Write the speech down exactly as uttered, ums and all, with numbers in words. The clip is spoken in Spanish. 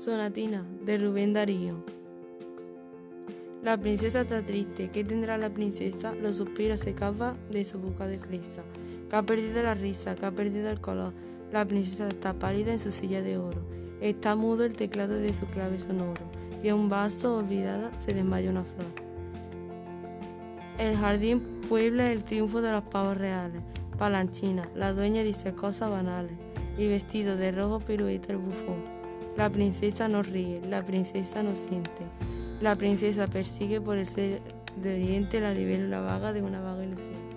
Sonatina, de Rubén Darío. La princesa está triste. ¿Qué tendrá la princesa? Los suspiros se escapan de su boca de fresa. Que ha perdido la risa, que ha perdido el color. La princesa está pálida en su silla de oro. Está mudo el teclado de su clave sonoro. Y en un vaso olvidada se desmaya una flor. El jardín puebla el triunfo de los pavos reales. Palanchina, la dueña dice cosas banales. Y vestido de rojo pirueta el bufón. La princesa no ríe, la princesa no siente. La princesa persigue por el ser de oriente la libélula vaga de una vaga ilusión.